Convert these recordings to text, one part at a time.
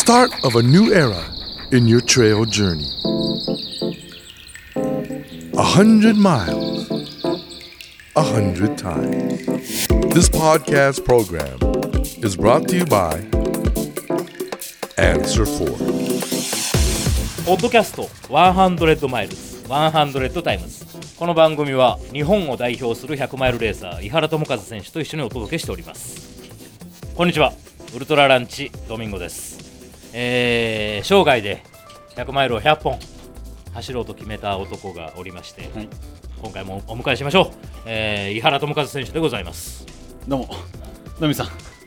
start of a new era in your trail journey. 100 miles, 100 times. This podcast program is brought to you by Answer 4. ポッドキャスト100マイルズ100タイムズ。この番組は日本を代表する100マイルレーサー井原智和選手と一緒にお届けしております。こんにちは、ウルトラランチドミンゴです。生涯で100マイルを100本走ろうと決めた男がおりまして、はい、今回もお迎えしましょう。井原智和選手でございます。 どうも、ドミさん。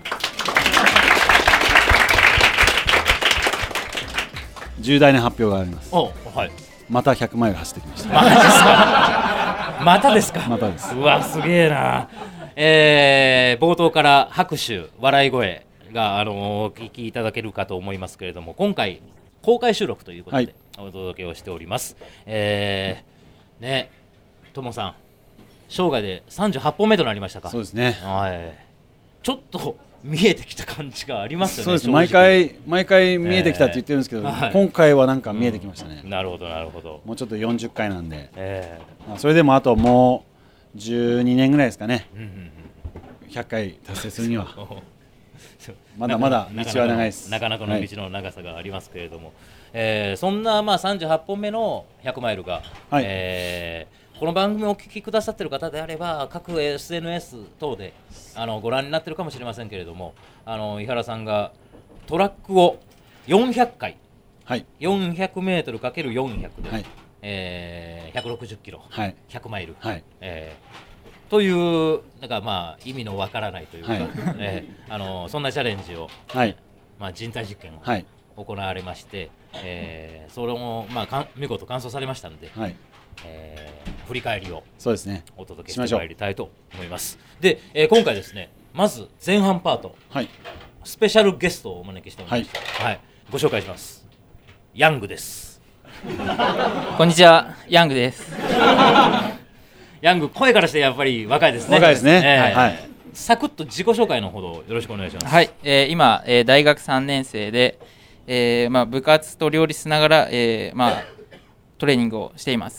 重大な発表があります。 はい、 また100マイル走ってきました。 またですか。 またです。 うわ、すげえな。冒頭から拍手笑い声が、お聞きいただけるかと思いますけれども、今回公開収録ということでお届けをしております。ね、トモさん生涯で38本目となりましたか。 そうですね。 はい、ちょっと見えてきた感じがありますよね。 そうです。毎回見えてきたって言ってるんですけど、今回はなんか見えてきましたね。 なるほどなるほど。もうちょっと40回なんで、それでもあともう12年ぐらいですかね、100回達成するにはまだまだ道は長いです。 なかなかの道の長さがありますけれども、そんな38本目の100マイルが、この番組をお聞きくださっている方であれば各 SNS 等でご覧になっているかもしれませんけれども、井原さんがトラックを400回、400メートル ×400 で、160キロ、100マイル、というなんかまあ意味のわからないというか、そんなチャレンジを、人体実験を行われまして、それも見事完走されましたので、振り返りをお届けしてまいりたいと思います。で、今回ですね、まず前半パート、スペシャルゲストをお招きしております。ご紹介します。ヤングです。 こんにちは、ヤングです。 ヤング、声からしてやっぱり若いですね。 若いですね。 サクッと自己紹介のほどよろしくお願いします。 はい、今、大学3年生で、部活と両立しながら、トレーニングをしています。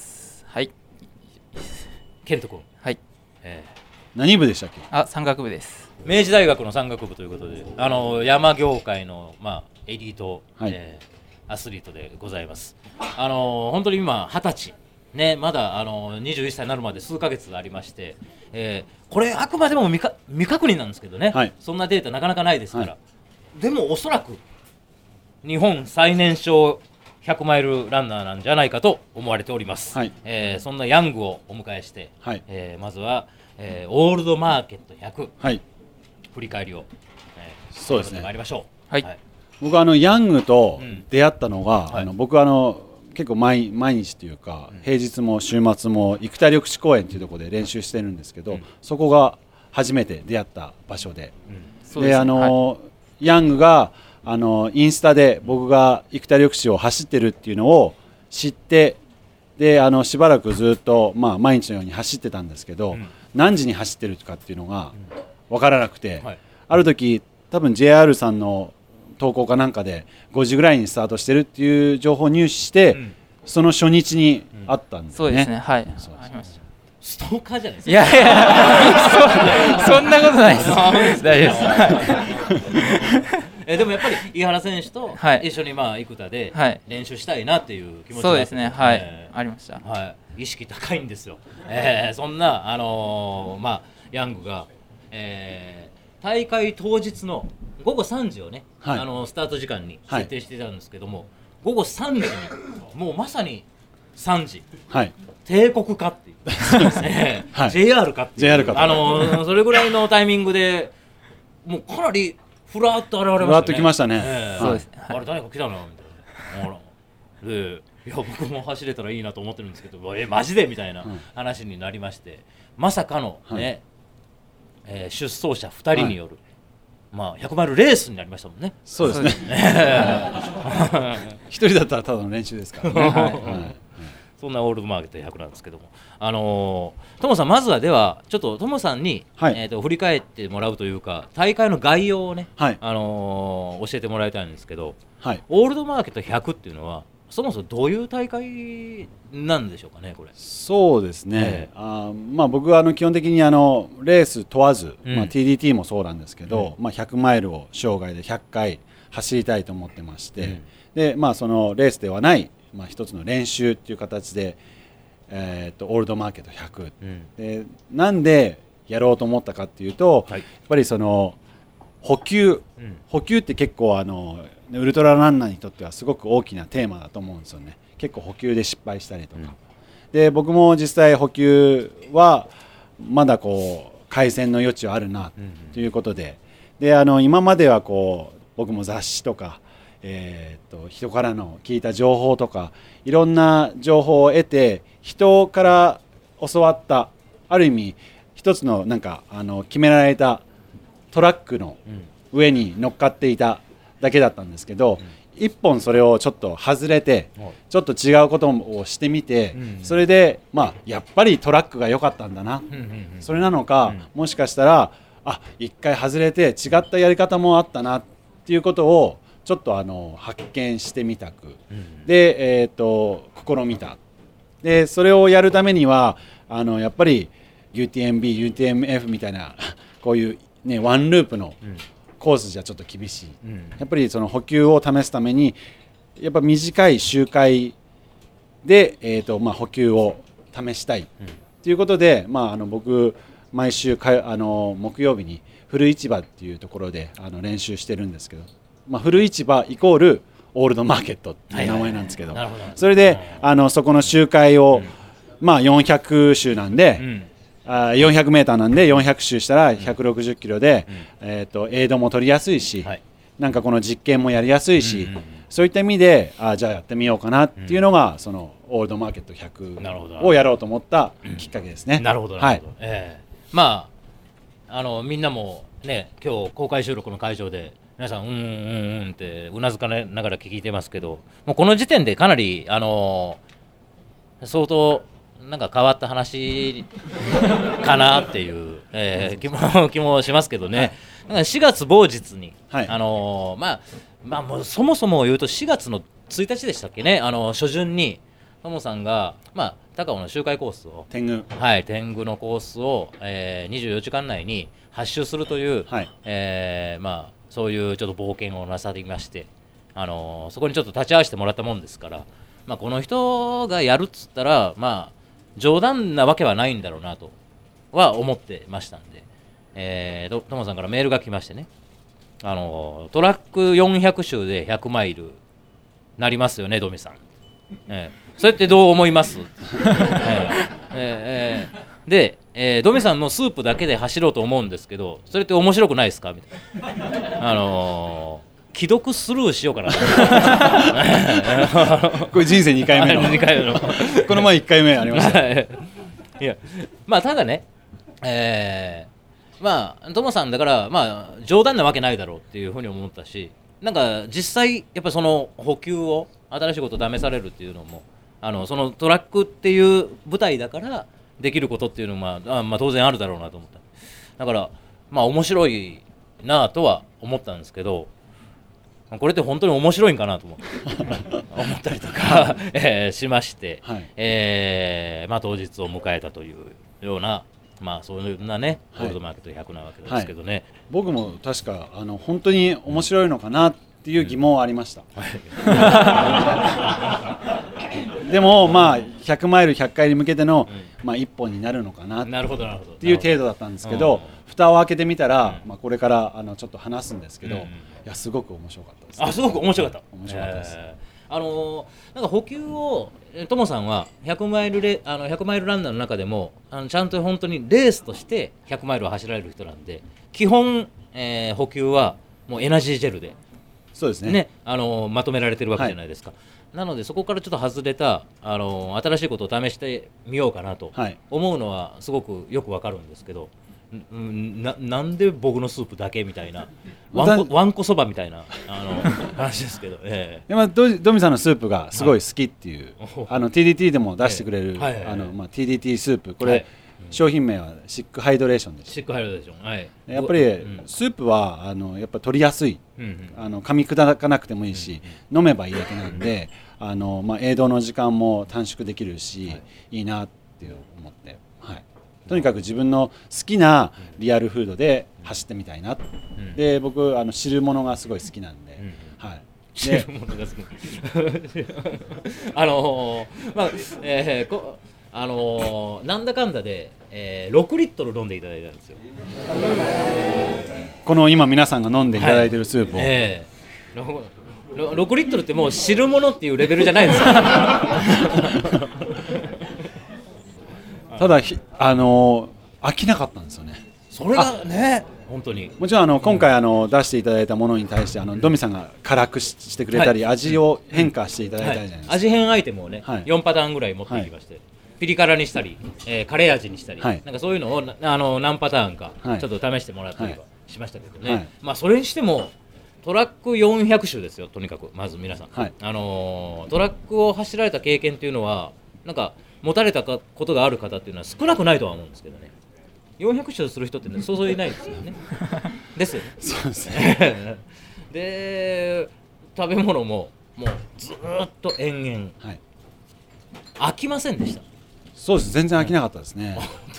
はい。 ケント君。 はい。 何部でしたっけ？ 山岳部です。 明治大学の山岳部ということで、山業界のエリート、アスリートでございます。本当に今20歳。ね、まだ21歳になるまで数ヶ月ありまして、これあくまでも未確認なんですけどね、そんなデータなかなかないですから、でもおそらく日本最年少100マイルランナーなんじゃないかと思われております。そんなヤングをお迎えして、まずは、オールドマーケット100、振り返りを、 そうですね、 参りましょう。 僕ヤングと出会ったのが、僕結構毎日というか、平日も週末も生田緑地公園というところで練習してるんですけど、そこが初めて出会った場所で、ヤングがインスタで僕が生田緑地を走ってるっていうのを知って、でしばらくずっと、毎日のように走ってたんですけど、何時に走ってるかっていうのが分からなくて、ある時多分 JR さんの投稿かなんかで5時ぐらいにスタートしてるっていう情報を入手して、その初日に会ったんですね。 そうですね、はい。ありました。 ストーカーじゃないですか。 いやそんなことないです。大丈夫です。でもやっぱり井原選手と一緒に生田で練習したいなっていう気持ちがそうですね、はい、ありました。 意識高いんですよ。そんなヤングが、大会当日の午後3時をね、スタート時間に設定していたんですけども、午後3時にもうまさに3時、帝国かっていう、JR かっていう、それぐらいのタイミングでもうかなりふらっと現れましたね。 ふらっと来ましたね。 そうです。 あれ誰か来たなみたいな。で、いや僕も走れたらいいなと思ってるんですけど、マジでみたいな話になりまして、まさかのね、出走者2人による、100マイルレースになりましたもんね。 そうですね。一人だったらただの練習ですからね。 そんなオールドマーケット100なんですけども、トモさんまずはではちょっとトモさんに、はい、振り返ってもらうというか大会の概要をね、はい、教えてもらいたいんですけど、はい、オールドマーケット100っていうのはそもそもどういう大会なんでしょうかねこれ。 そうですね、僕は基本的にレース問わず、TDT もそうなんですけど、100マイルを生涯で100回走りたいと思ってまして、でそのレースではない、一つの練習っていう形で、オールドマーケット100、でなんでやろうと思ったかっていうと、やっぱりその補給って結構ウルトラランナーにとってはすごく大きなテーマだと思うんですよね。結構補給で失敗したりとか、で僕も実際補給はまだ改善の余地はあるなということで、今までは僕も雑誌とか、人からの聞いた情報とかいろんな情報を得て人から教わったある意味一つの決められたトラックの上に乗っかっていただけだったんですけど、一本それをちょっと外れてちょっと違うことをしてみて、それでやっぱりトラックが良かったんだな、それなのか、もしかしたら一回外れて違ったやり方もあったなっていうことをちょっと発見してみたく、で、試みた。でそれをやるためにはやっぱり UTMB、UTMF みたいなこういうねワンループのコースじゃちょっと厳しい、やっぱりその補給を試すためにやっぱ短い周回で、補給を試したいということで、僕毎週木曜日に古市場っていうところで練習してるんですけど、古市場イコールオールドマーケットっていう名前なんですけど、それでそこの周回を、400周なんで、400メーターなんで400周したら160キロで、エイドも取りやすいし、なんかこの実験もやりやすいし、そういった意味でじゃあやってみようかなっていうのが、そのオールドマーケット100をやろうと思ったきっかけですね。 なるほど、みんなもね今日公開収録の会場で皆さんってうなずかながら聞いてますけど、もうこの時点でかなり相当なんか変わった話かなっていう、気もしますけどね。なんか4月某日に、もうそもそも言うと4月の1日でしたっけね、初旬にトモさんが、高尾の周回コースを天狗のコースを、24時間内に8周するという、そういうちょっと冒険をなさりまして、そこにちょっと立ち会わせてもらったもんですから、この人がやるっつったら冗談なわけはないんだろうなとは思ってましたんで、トモさんからメールが来ましてね、トラック400周で100マイルなりますよねドミさん、それってどう思います？で、ドミさんのスープだけで走ろうと思うんですけど、それって面白くないですかみたいな。既読スルーしようかなこれ人生2回目の 2回目のこの前1回目ありましたいやただね、トモさんだから冗談なわけないだろうっていうふうに思ったし、なんか実際やっぱりその補給を新しいことを試されるっていうのもそのトラックっていう舞台だからできることっていうのも当然あるだろうなと思った。だから面白いなとは思ったんですけど、これって本当に面白いんかなと思ったりとかしまして、当日を迎えたというような、そういうなね、オールドマーケット100なわけですけどね、 僕も確か本当に面白いのかなっていう疑問はありました、でも100マイル100回に向けての、一本になるのかなっていう程度だったんですけど、蓋を開けてみたら、これからちょっと話すんですけど、いやすごく面白かったです、ね。 すごく面白かった。 面白かったです。 なんか補給をトモさんは100マイルランナーの中でもちゃんと本当にレースとして100マイルを走られる人なんで、基本、補給はもうエナジージェルで、 そうですね。 まとめられてるわけじゃないですか。なのでそこからちょっと外れた新しいことを試してみようかなと思うのはすごくよくわかるんですけど、 なんで僕のスープだけみたいなわんこそばみたいな話ですけど、 ドミさんのスープがすごい好きっていう、TDT でも出してくれる、TDT スープ、これ、商品名はシックハイドレーションです。 シックハイドレーション、はい、 やっぱり、スープはやっぱ取りやすい、噛み砕かなくてもいいし、飲めばいいだけなんで、営農の時間も短縮できるし、いいなって思って、とにかく自分の好きなリアルフードで走ってみたいな、で僕汁物がすごい好きなんで、 汁物がすごいなんだかんだで、6リットル飲んでいただいたんですよ。 この今皆さんが飲んでいただいてるスープを、 6リットルってもう汁物っていうレベルじゃないですよ。 ただ飽きなかったんですよね。 それがね、本当にもちろん今回出していただいたものに対してドミさんが辛くしてくれたり、味を変化していただいたじゃないですか。 味変アイテムをね、4パターンぐらい持っていきまして、ピリ辛にしたり、カレー味にしたり、なんかそういうのを何パターンかちょっと試してもらったりはしましたけどね、それにしてもトラック400周ですよ。とにかくまず皆さん、トラックを走られた経験っていうのはなんか持たれたことがある方っていうのは少なくないとは思うんですけどね。400周する人ってね、そうそういないですよね。ですよね。 そうですね。 で、食べ物ももうずっと延々、飽きませんでした。 そうです。全然飽きなかったですね。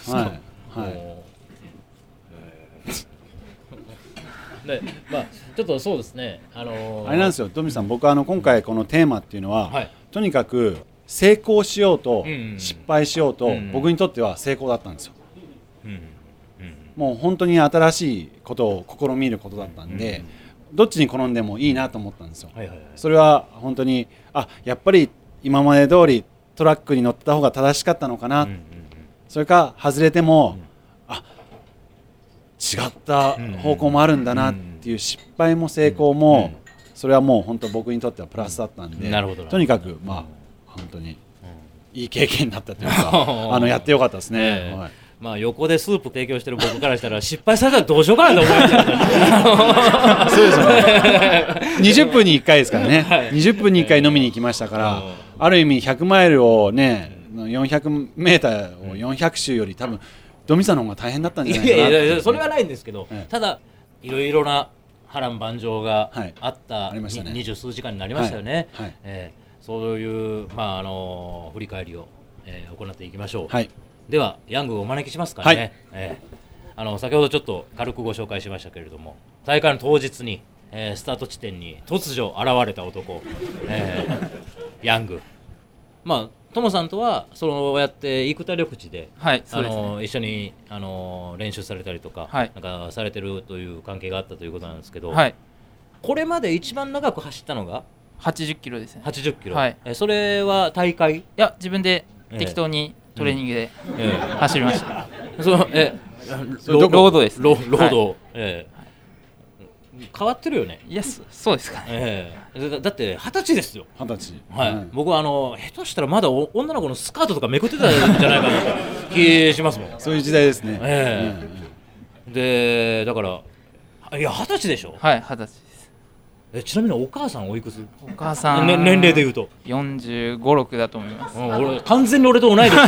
で、ちょっとそうですね。 あれなんですよ、ドミさん、僕今回このテーマっていうのは、とにかく成功しようと失敗しようと、僕にとっては成功だったんですよ。もう本当に新しいことを試みることだったんで、どっちに転んでもいいなと思ったんですよ。それは本当にやっぱり今まで通りトラックに乗ってた方が正しかったのかな、それか外れても、違った方向もあるんだなっていう失敗も成功も、それはもう本当僕にとってはプラスだったんで、とにかく本当にいい経験になったというかやってよかったですね。 横でスープ提供してる僕からしたら失敗されたらどうしようかなと思っちゃう。 そうですよね。20分に1回ですからね。20分に1回飲みに行きましたから、ある意味100マイルをね、400メーターを400周より多分ドミさんの方が大変だったんじゃないかな。 いやそれはないんですけど、ただいろいろな波乱万丈があった20数時間になりましたよね。そういう振り返りを行っていきましょう。ではヤングをお招きしますからね。先ほどちょっと軽くご紹介しましたけれども、大会の当日に、スタート地点に突如現れた男、ヤング。トモさんとはそうやって生田緑地で、一緒に練習されたりとか、なんかされてるという関係があったということなんですけど、これまで一番長く走ったのが 80キロですね。 80キロ、それは大会？いや、自分で適当にトレーニングで走りました。 ロードです、ね。 ロード、変わってるよね。 いや、そうですかね。 だって20歳ですよ。 20歳。 僕は下手したらまだ女の子のスカートとかめくってたんじゃないかな気しますもん。 そういう時代ですね。 で、だからいや20歳でしょ。 はい、20歳です。 ちなみにお母さんおいくつ？ お母さん、 年齢でいうと 45、6だと思います。 完全に俺と同い年。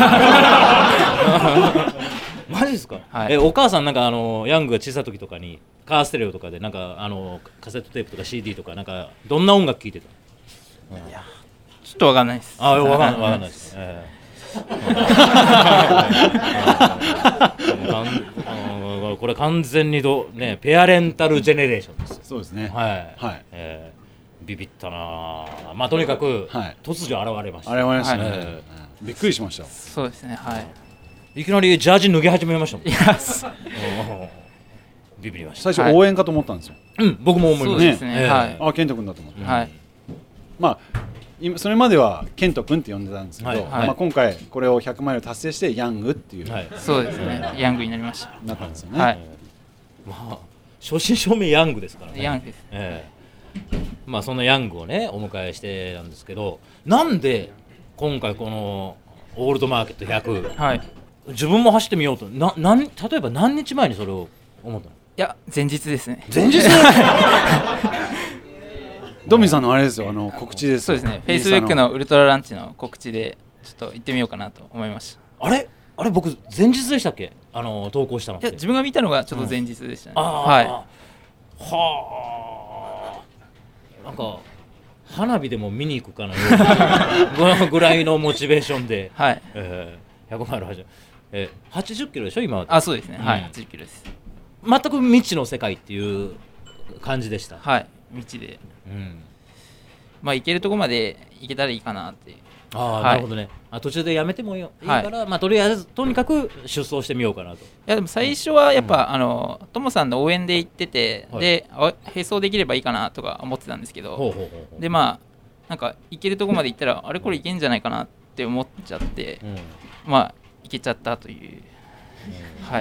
マジですか？お母さんなんかヤングが小さい時とかにカーステレオとかでなんかカセットテープとか CD とかなんかどんな音楽聴いてた？ いや、ちょっとわかんないです。 わかんないです。これ完全にペアレンタルジェネレーションです。 そうですね。 ビビったな。とにかく突如現れました。 現れましたね。びっくりしました。 そうですね。 いきなりジャージ脱ぎ始めましたもん。ビビりました。 最初応援かと思ったんですよ。 僕も思いましたね。ケント君だと思って。それまではケント君って呼んでたんですけど、今回これを100マイル達成してヤングっていう、 そうですね、ヤングになりました。 なったんですよね。 正真正銘ヤングですからね。 ヤングです。 そのヤングをねお迎えしてなんですけど、なんで今回このオールドマーケット100、 自分も走ってみようと例えば何日前にそれを思ったの？ いや前日ですね。 前日ドミさんのあれですよ、告知です。 そうですね。Facebook のウルトラランチの告知でちょっと行ってみようかなと思いました。 あれ僕前日でしたっけ？投稿したのって。 いや自分が見たのがちょっと前日でしたね。 はあ、なんか花火でも見に行くかのようなぐらいのモチベーションで、 はい。 100マイル走る。80キロでしょ今は。 あ、そうですね。はい。80キロです。 全く未知の世界っていう感じでした。 はい。未知で。まあ行けるところまで行けたらいいかなって。 なるほどね。途中でやめてもいいから、まあとりあえずとにかく出走してみようかなと。いやでも最初はやっぱトモさんの応援で行ってて、で並走できればいいかなとか思ってたんですけど、でまあなんか行けるところまで行ったらあれこれ行けんじゃないかなって思っちゃって、まあ行けちゃったという。はい。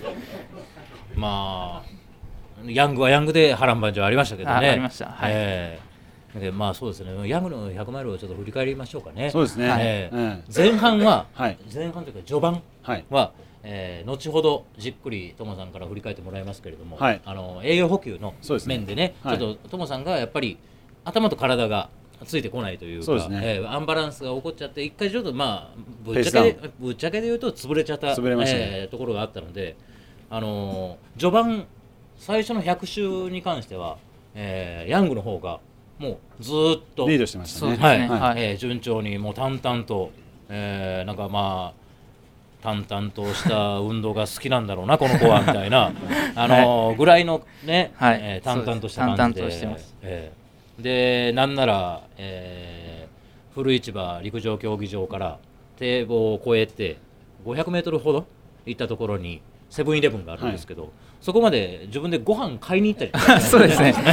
まあヤングはヤングで波乱万丈ありましたけどね。 ありました。はい。 でまあそうですね。ヤングの100マイルをちょっと振り返りましょうかね。 そうですね。 前半というか序盤は、後ほどじっくりトモさんから振り返ってもらいますけれども、栄養補給の面でね、ちょっとトモさんがやっぱり頭と体がついてこないというか、アンバランスが起こっちゃって一回ちょっとまあぶっちゃけで言うと潰れちゃったところがあったので、序盤最初の100周に関しては、ヤングの方がもうずっとリードしてましたね。 順調にもう淡々と、なんかまあ淡々とした運動が好きなんだろうなこの子はみたいなぐらいのね、淡々とした感じで、でなんなら、古市場陸上競技場から堤防を越えて500メートルほど行ったところにセブンイレブンがあるんですけど、そこまで自分でご飯買いに行ったりとかそうですね。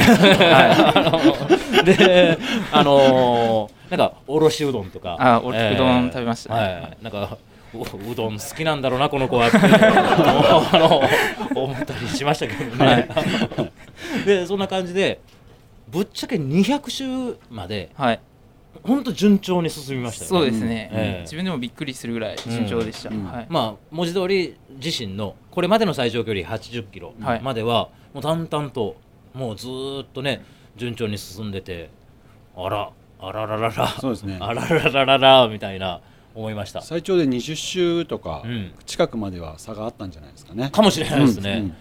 でなんかおろしうどんとかうどん食べました、 なんかうどん好きなんだろうなこの子はって思ったりしましたけどね。でそんな感じでぶっちゃけ200周まで本当順調に進みましたよね。 そうですね、自分でもびっくりするぐらい順調でした、 まあ文字通り自身のこれまでの最長距離80キロまではもう淡々ともうずっとね順調に進んでて、あらららら、 そうですね、 あらららららみたいな思いました。 最長で20周とか近くまでは差があったんじゃないですかね。 かもしれないですね。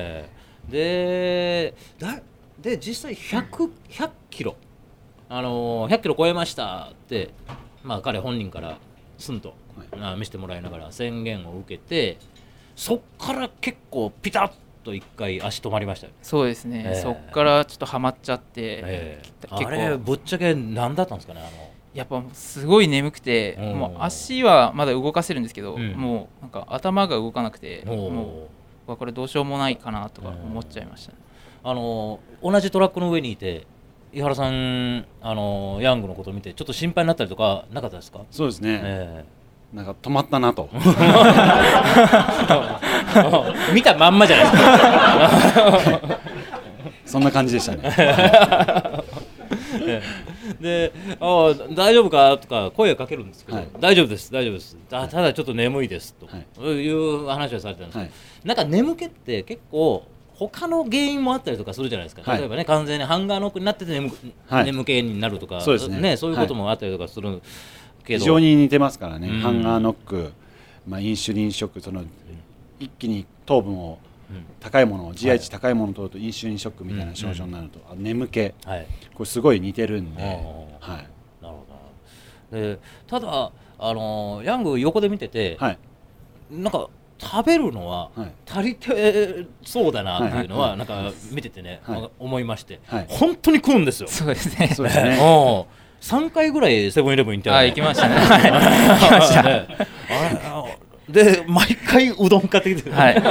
で実際100キロ100キロ超えましたって、まあ、彼本人からスンと、見せてもらいながら宣言を受けて、そっから結構ピタッと一回足止まりましたよ。 そうですね、そっからちょっとハマっちゃって、 あれぶっちゃけ何だったんですかね。 やっぱすごい眠くて、もう足はまだ動かせるんですけど、もうなんか頭が動かなくて、もうこれどうしようもないかなとか思っちゃいましたね。 同じトラックの上にいて井原さんヤングのことを見てちょっと心配になったりとかなかったですか？ そうですね、なんか止まったなと見たまんまじゃないですか。 そんな感じでしたね。 で大丈夫かとか声をかけるんですけど、大丈夫ですただちょっと眠いですという話をされてたんですけど、なんか眠気って結構他の原因もあったりとかするじゃないですか。例えばね、完全にハンガーノックになってて眠気になるとか、そういうこともあったりとかするけど、 非常に似てますからね。ハンガーノック、インシュリンショック、一気に糖分を高いものを GI 値高いものを取るとインシュリンショックみたいな症状になると、眠気、これすごい似てるんで、なるほど。でただヤング横で見てて、なんか食べるのは足りてそうだなっていうのはなんか見ててね、思いまして、本当に食うんですよ。 そうですね。 3回ぐらいセブンイレブン行って行きましたね。行きましたね。 で毎回うどん買ってきて、毎回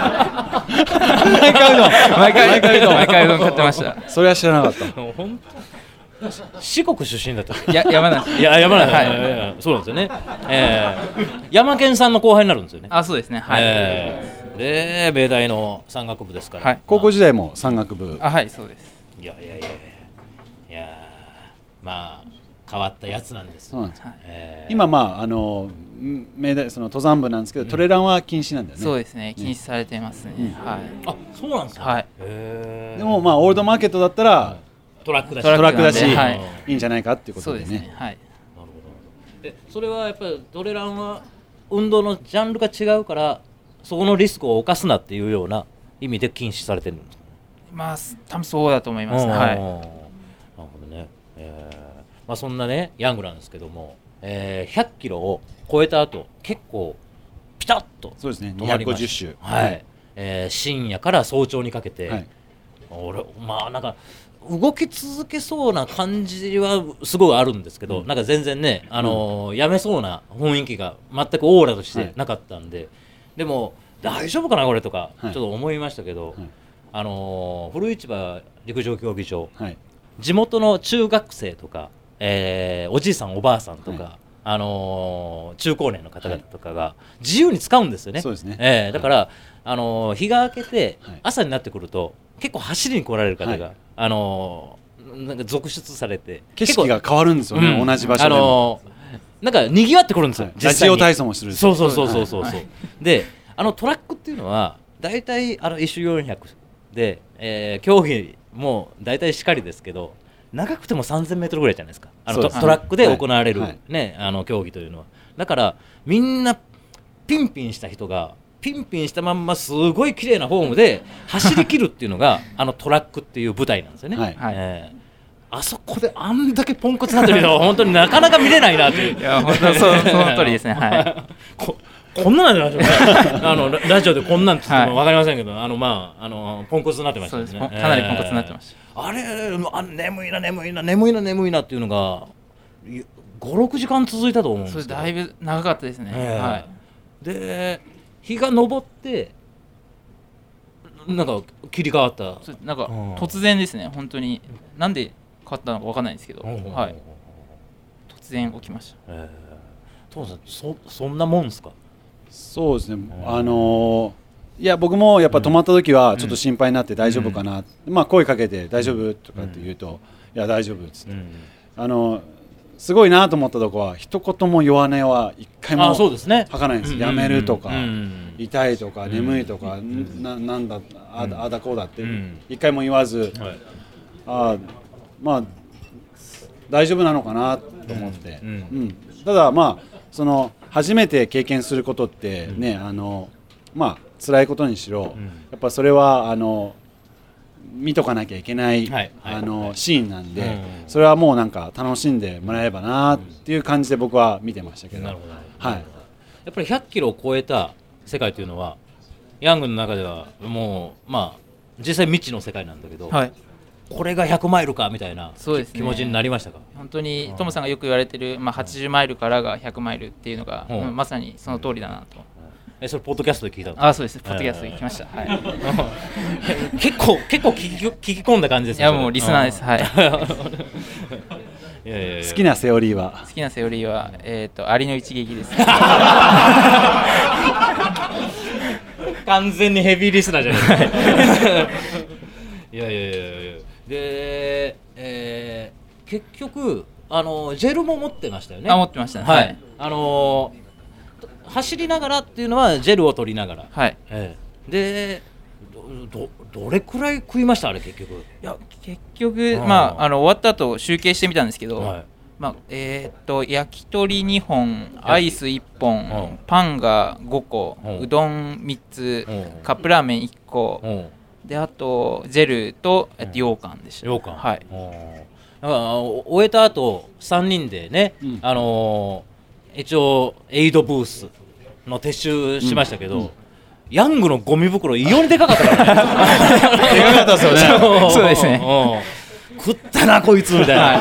うどん買ってました。 それは知らなかった。 本当四国出身だった。 山梨。 山梨。そうなんですよね。山県さんの後輩になるんですよね。 あ、そうですね。 で明大の山岳部ですから。 高校時代も山岳部。 はい、そうです。 いやまあ変わったやつなんです。 そうなんです。今その登山部なんですけど、トレランは禁止なんだよね。 そうですね、禁止されてますね。はい。 あ、そうなんですか。 はい。 でもオールドマーケットだったらトラックだし、いいんじゃないかっていうことでね。 そうですね。はい。なるほど。それはやっぱりトレランは運動のジャンルが違うから、そこのリスクを冒すなっていうような意味で禁止されてるんですかね。 まあ多分そうだと思います。はい。なるほどね。そんなねヤングなんですけども、100キロを超えた後結構ピタッとそうですね、250周、 はい、深夜から早朝にかけて、はい、俺なんか動き続けそうな感じはすごいあるんですけど、なんか全然ね、やめそうな雰囲気が全くオーラとしてなかったんで、でも大丈夫かなこれとかちょっと思いましたけど、古市場陸上競技場、地元の中学生とか、おじいさんおばあさんとか、中高年の方々とかが自由に使うんですよね。 そうですね。 だから、日が明けて朝になってくると結構走りに来られる方が、なんか続出されて景色が変わるんですよね、同じ場所でも。 なんか賑わってくるんですよ、 ラジオ体操もする。 そうで、トラックっていうのは大体1周400で、競技も大体しかりですけど、長くても3000メートルぐらいじゃないですか、トラックで行われる、競技というのは。だからみんなピンピンした人がピンピンしたまんますごい綺麗なフォームで走り切るっていうのがトラックっていう舞台なんですよね。あそこであんだけポンコツなってるのは本当になかなか見れないなという。 いや本当その通りですね。はいこんなんなんでしょうね。ラジオでこんなんって言っても分かりませんけど、ポンコツになってましたね。 かなりポンコツになってました。 あれ眠いなっていうのが5、6時間続いたと思うんですけど。 それだいぶ長かったですね。 で日が昇ってなんか切り替わった。 なんか突然ですね、本当になんで変わったのか分かんないんですけど、突然起きました。 トムさん、そんなもんですか？ そうですね、いや僕もやっぱ止まった時はちょっと心配になって大丈夫かな、声かけて大丈夫とかって言うと、いや大丈夫っつって、すごいなと思ったとこは一言も弱音は一回も吐かないんです。やめるとか、痛いとか眠いとか、なんだあだこうだって一回も言わず、大丈夫なのかなと思って、ただその初めて経験することってね、辛いことにしろ、やっぱそれは見とかなきゃいけないシーンなんで、それはもうなんか楽しんでもらえればなっていう感じで僕は見てましたけど。なるほど。はい。 やっぱり100キロを超えた世界というのはヤングの中ではもう実際未知の世界なんだけど、これが100マイルかみたいな気持ちになりましたか？ 本当にトムさんがよく言われてる、80マイルからが100マイルっていうのが、まさにその通りだなと。 それポッドキャストで聞いたの？ そうです、ポッドキャストで聞きました。 結構聞き込んだ感じですね。 いやもうリスナーです。はい。 好きなセオリーはアリの一撃です。 完全にヘビーリスナーじゃないですか。いやで、結局ジェルも持ってましたよね。 持ってましたね。はい。 走りながらっていうのはジェルを取りながら。 はい。 でどれくらい食いましたあれ結局？ いや結局終わった後集計してみたんですけど、焼き鳥2本、アイス1本、パンが5個、うどん3つ、カップラーメン1個、であとジェルと羊羹でした。 羊羹。 はい。 だから終えた後3人でね、一応エイドブースの撤収しましたけど、ヤングのゴミ袋異様にでかかったからね。 でかかったですよね。 そうですね。 食ったなこいつみたいな。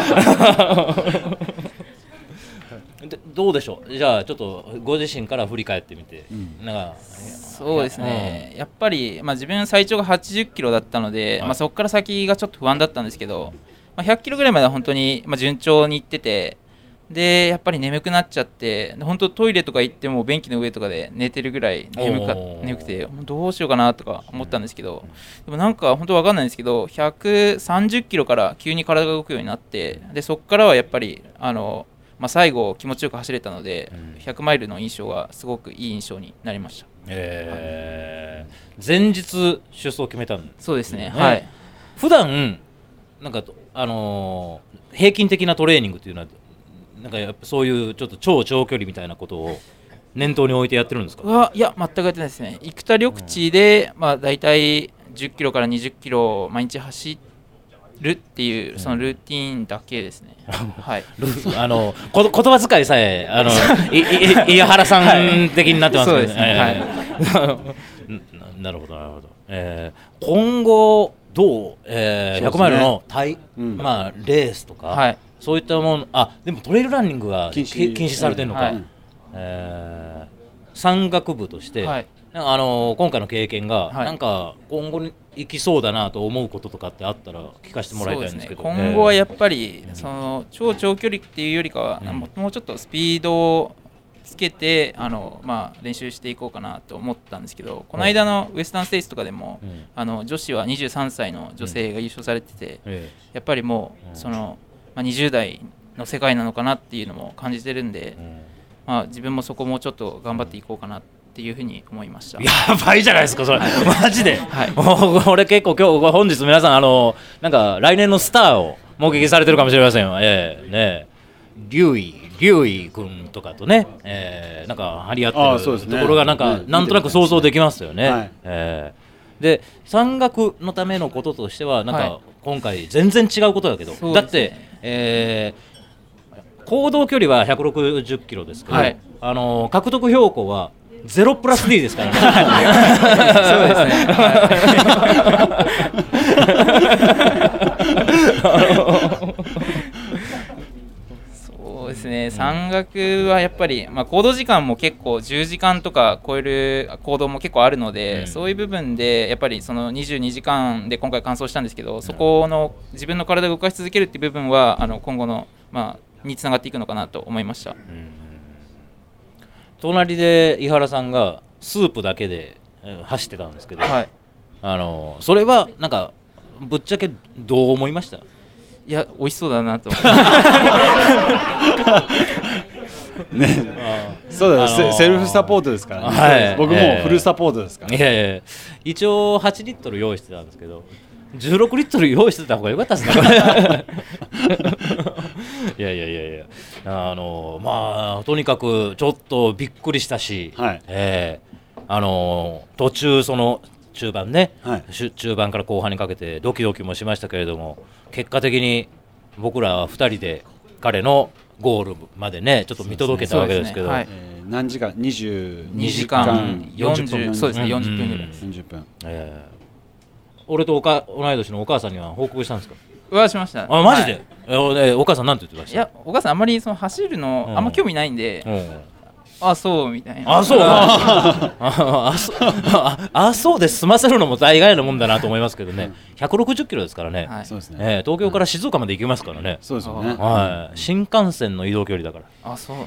どうでしょう。じゃあちょっとご自身から振り返ってみて、 そうですね。やっぱり自分最長が80キロだったので、そこから先がちょっと不安だったんですけど、100キロぐらいまでは本当に順調にいってて、 でやっぱり眠くなっちゃって本当トイレとか行っても便器の上とかで寝てるぐらい眠くてどうしようかなとか思ったんですけど、でもなんか本当わかんないんですけど130キロから急に体が動くようになって、でそこからはやっぱり最後気持ちよく走れたので、100マイルの印象がすごくいい印象になりました。 前日出走決めたんですね。 そうですね、はい。 普段なんか平均的なトレーニングというのはなんかやっぱそういうちょっと超長距離みたいなことを念頭に置いてやってるんですか？ いや全くやってないですね。生田緑地で、だいたい10キロから20キロ毎日走るっていうそのルーティーンだけですね。はい。言葉遣いさえ井原さん的になってますね。 そうですね。 なるほどなるほど。今後どう、100マイルのレースとか、はい、そういったもの、でもトレイルランニングが禁止されてるのか、山岳部として、はい、今回の経験が、なんか今後に行きそうだなと思うこととかってあったら聞かせてもらいたいんですけど、 今後はやっぱり、その超長距離っていうよりかは、もうちょっとスピードをつけて練習していこうかなと思ったんですけど、この間のウエスタンステイツとかでも、女子は23歳の女性が優勝されてて、やっぱりもうその、20代の世界なのかなっていうのも感じてるんで、自分もそこもちょっと頑張っていこうかなっていうふうに思いました。 やばいじゃないですかそれマジで、はい、俺結構本日皆さんなんか来年のスターを目撃されてるかもしれませんよ。劉意君とかとね、なんか張り合ってるところがなんとなく想像できますよね。で山岳のためのこととしてはなんか今回全然違うことだけど、だって、行動距離は160キロですけど、獲得標高は0プラス D ですからね。 そうですね。そうですね。山岳はやっぱり、行動時間も結構10時間とか超える行動も結構あるので、そういう部分でやっぱりその22時間で今回完走したんですけど、そこの自分の体を動かし続けるっていう部分は今後のにつながっていくのかなと思いました。 隣で井原さんがスープだけで走ってたんですけど、それはなんかぶっちゃけどう思いました？ いや美味しそうだなと思ね、そうだ、セルフサポートですからね、僕もフルサポートですから、 一応8リットル用意してたんですけど16リットル用意してた方が良かったですねいやとにかくちょっとびっくりしたし、途中その中盤ね、中盤から後半にかけてドキドキもしましたけれども、結果的に僕らは2人で彼のゴールまでねちょっと見届けたわけですけど、 何時間22 時間40分、そうですね、40分ぐらい、 40分、 俺と同い年のお母さんには報告したんですか？ しました。 マジで、お母さんなんて言ってました？ いやお母さんあんまりその走るのあんま興味ないんで、そうみたいな。そうで済ませるのも大概のもんだなと思いますけどね。160キロですからね。東京から静岡まで行きますからね。 そうですよね。 新幹線の移動距離だから。 そう。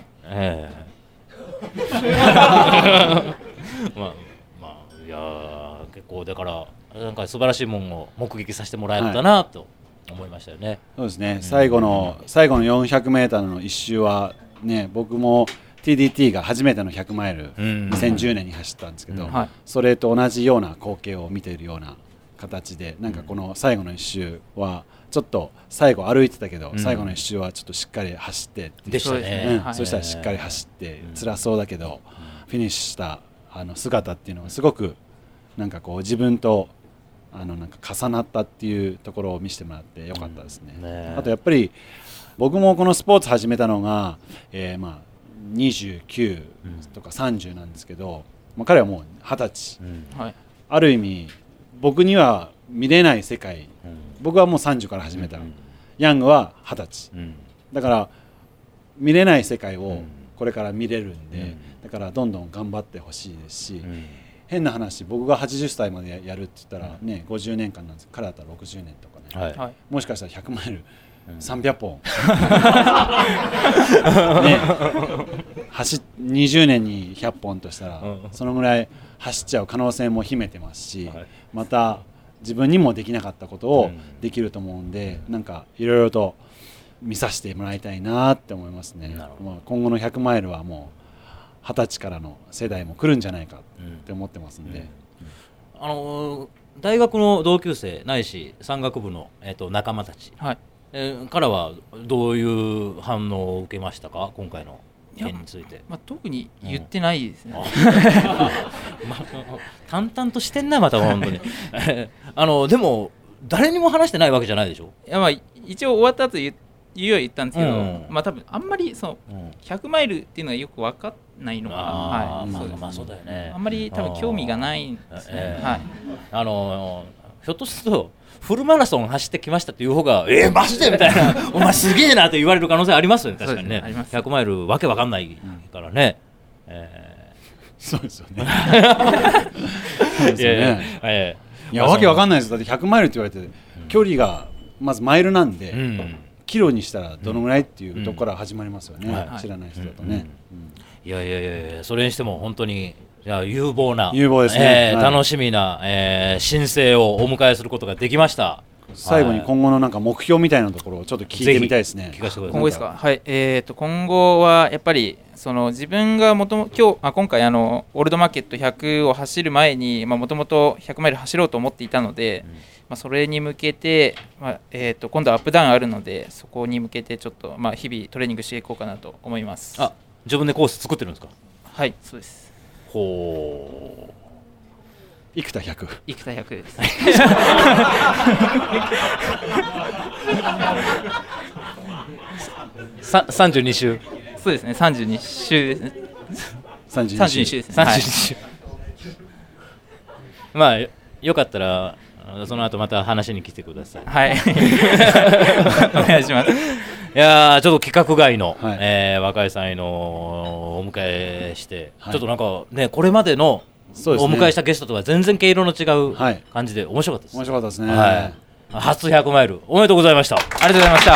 いや結構だからなんか素晴らしいものを目撃させてもらえたなと思いましたよね。 そうですね。最後の 400m の一周はね、僕もTDT が初めての100マイル、2010年に走ったんですけど、それと同じような光景を見ているような形で、なんかこの最後の一周はちょっと最後歩いてたけど、最後の一周はちょっとしっかり走ってでしたね。 そしたらしっかり走って辛そうだけどフィニッシュした姿っていうのはすごくなんかこう自分となんか重なったっていうところを見せてもらってよかったですね。あとやっぱり僕もこのスポーツ始めたのが、29とか30なんですけど、彼はもう20歳、ある意味僕には見れない世界、僕はもう30から始めた、ヤングは20歳、だから見れない世界をこれから見れるんで、だからどんどん頑張ってほしいですし、変な話僕が80歳までやるって言ったらね、50年間なんです。彼だったら60年とかね、もしかしたら100マイル 300本ね、20年に100本としたら、そのぐらい走っちゃう可能性も秘めてますし、また自分にもできなかったことをできると思うんで、なんかいろいろと見させてもらいたいなって思いますね。今後の100マイルはもう20歳からの世代も来るんじゃないかって思ってますんで、 大学の同級生ないし山岳部の、仲間たち、からはどういう反応を受けましたか、今回の件について。 特に言ってないですね。 淡々としてんな、また本当にでも誰にも話してないわけじゃないでしょ。 いや、一応終わった後言うよう言ったんですけど、多分あんまり100マイルっていうのはよく分かんないのが、 そうだよね。 あんまり多分興味がないんですね。 ひょっとするとフルマラソン走ってきましたっていう方がマジでみたいなお前すげえなって言われる可能性ありますよね。確かにね、100マイルわけわかんないからね。 そうですよね。いや、わけわかんないです。だって100マイルって言われて、距離がまずマイルなんで、キロにしたらどのぐらいっていうところから始まりますよね、知らない人だとね。 いやそれにしても本当に有望ですね、 楽しみな、新生をお迎えすることができました。 最後に今後のなんか目標みたいなところをちょっと聞いてみたいですね。 聞かせてください。 今後ですか。はい、今後はやっぱり自分が今回オールドマーケット100を走る前にもともと100マイル走ろうと思っていたので、それに向けて、今度アップダウンあるので、そこに向けてちょっと、日々トレーニングしていこうかなと思います。 自分でコース作ってるんですか。 はい、そうです。 生田100 です。 32週。 そうですね、32週ですね。 32 週ですね。 はい、よかったらその後また話に来てください。 はい。お願いします。 いやちょっと規格外の、若い才能をお迎えして、ちょっとなんかね、これまでのお迎えしたゲストとは全然毛色の違う感じで面白かったです。 面白かったですね。 初100マイルおめでとうございました。ありがとうございました。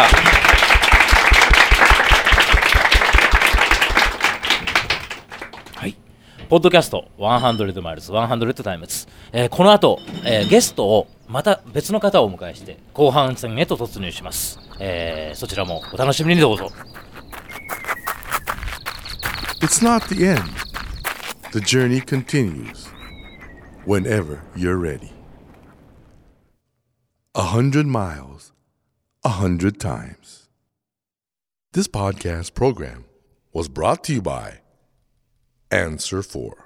ポッドキャスト100マイルズ100タイムズ、この後、ゲストをまた別の方をお迎えして後半戦へと突入します。そちらもお楽しみにどうぞ。 It's not the end. The journey continues whenever you're ready. 100 miles, 100 times. This podcast program was brought to you by Answer 4.